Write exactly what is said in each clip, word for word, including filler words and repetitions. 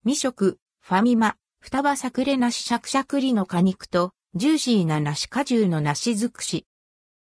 未食、ファミマ、双葉サクレ梨シャクシャクリの果肉と、ジューシーな梨果汁の梨尽くし。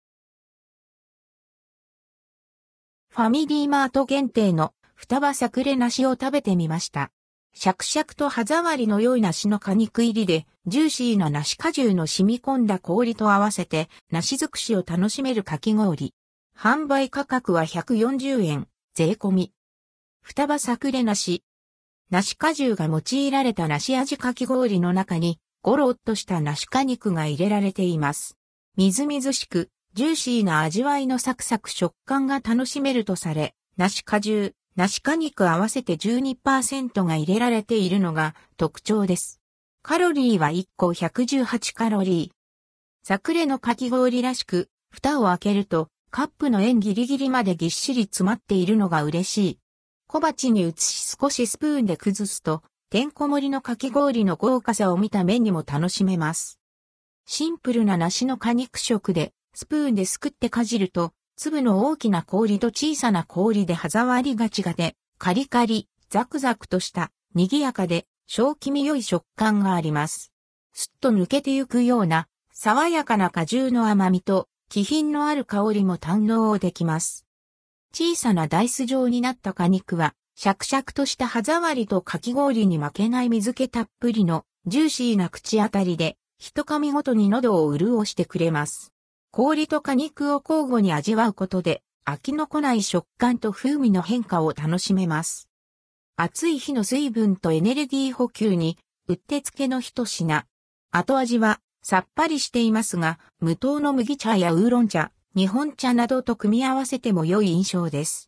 ファミリーマート限定の双葉サクレ梨を食べてみました。シャクシャクと歯触りの良い梨の果肉入りで、ジューシーな梨果汁の染み込んだ氷と合わせて、梨尽くしを楽しめるかき氷。販売価格はひゃくよんじゅうえん、税込み。双葉サクレ梨。梨果汁が用いられた梨味かき氷の中に、ゴロッとした梨果肉が入れられています。みずみずしく、ジューシーな味わいのサクサク食感が楽しめるとされ、梨果汁、梨果肉合わせて じゅうにパーセント が入れられているのが特徴です。カロリーはいっこひゃくじゅうはちカロリー。サクレのかき氷らしく、蓋を開けると、カップの円ギリギリまでぎっしり詰まっているのが嬉しい。小鉢に移し少しスプーンで崩すと、てんこ盛りのかき氷の豪華さを見た目にも楽しめます。シンプルな梨の果肉食で、スプーンですくってかじると、粒の大きな氷と小さな氷で歯触りが違って、カリカリ、ザクザクとした、賑やかで、小気味良い食感があります。すっと抜けてゆくような、爽やかな果汁の甘みと、気品のある香りも堪能できます。小さなダイス状になった果肉は、シャクシャクとした歯触りとかき氷に負けない水気たっぷりの、ジューシーな口当たりで、一噛みごとに喉を潤してくれます。氷と果肉を交互に味わうことで、飽きのこない食感と風味の変化を楽しめます。暑い日の水分とエネルギー補給に、うってつけの一品。後味は、さっぱりしていますが、無糖の麦茶やウーロン茶、日本茶などと組み合わせても良い印象です。